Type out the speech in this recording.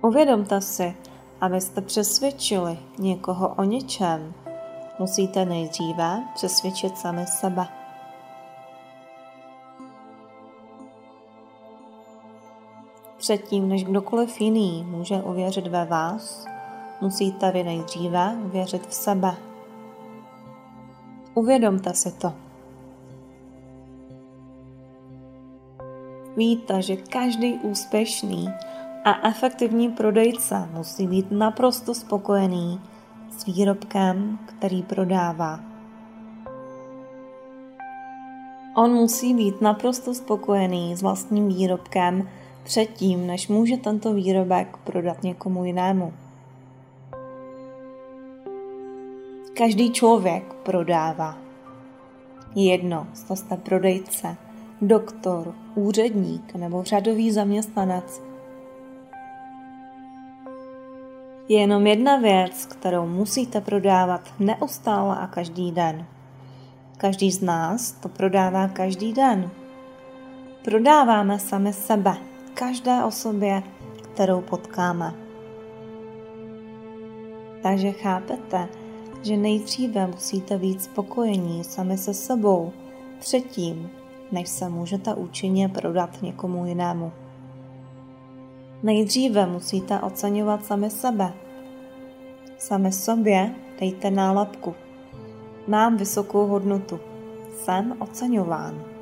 Uvědomte si, abyste přesvědčili někoho o něčem, musíte nejdříve přesvědčit sami sebe. Předtím, než kdokoliv jiný může uvěřit ve vás, musíte vy nejdříve uvěřit v sebe. Uvědomte si to. Víte, že každý úspěšný a efektivní prodejce musí být naprosto spokojený s výrobkem, který prodává. On musí být naprosto spokojený s vlastním výrobkem předtím, než může tento výrobek prodat někomu jinému. Každý člověk prodává. Jedno, zda jste prodejce, doktor, úředník nebo řadový zaměstnanec. Je jenom jedna věc, kterou musíte prodávat neustále a každý den. Každý z nás to prodává každý den. Prodáváme sami sebe, každé osobě, kterou potkáme. Takže chápete, že nejdříve musíte být spokojení sami se sebou předtím, než se můžete účinně prodat někomu jinému. Nejdříve musíte oceňovat sami sebe. Sami sobě dejte nálepku. Mám vysokou hodnotu. Jsem oceňován.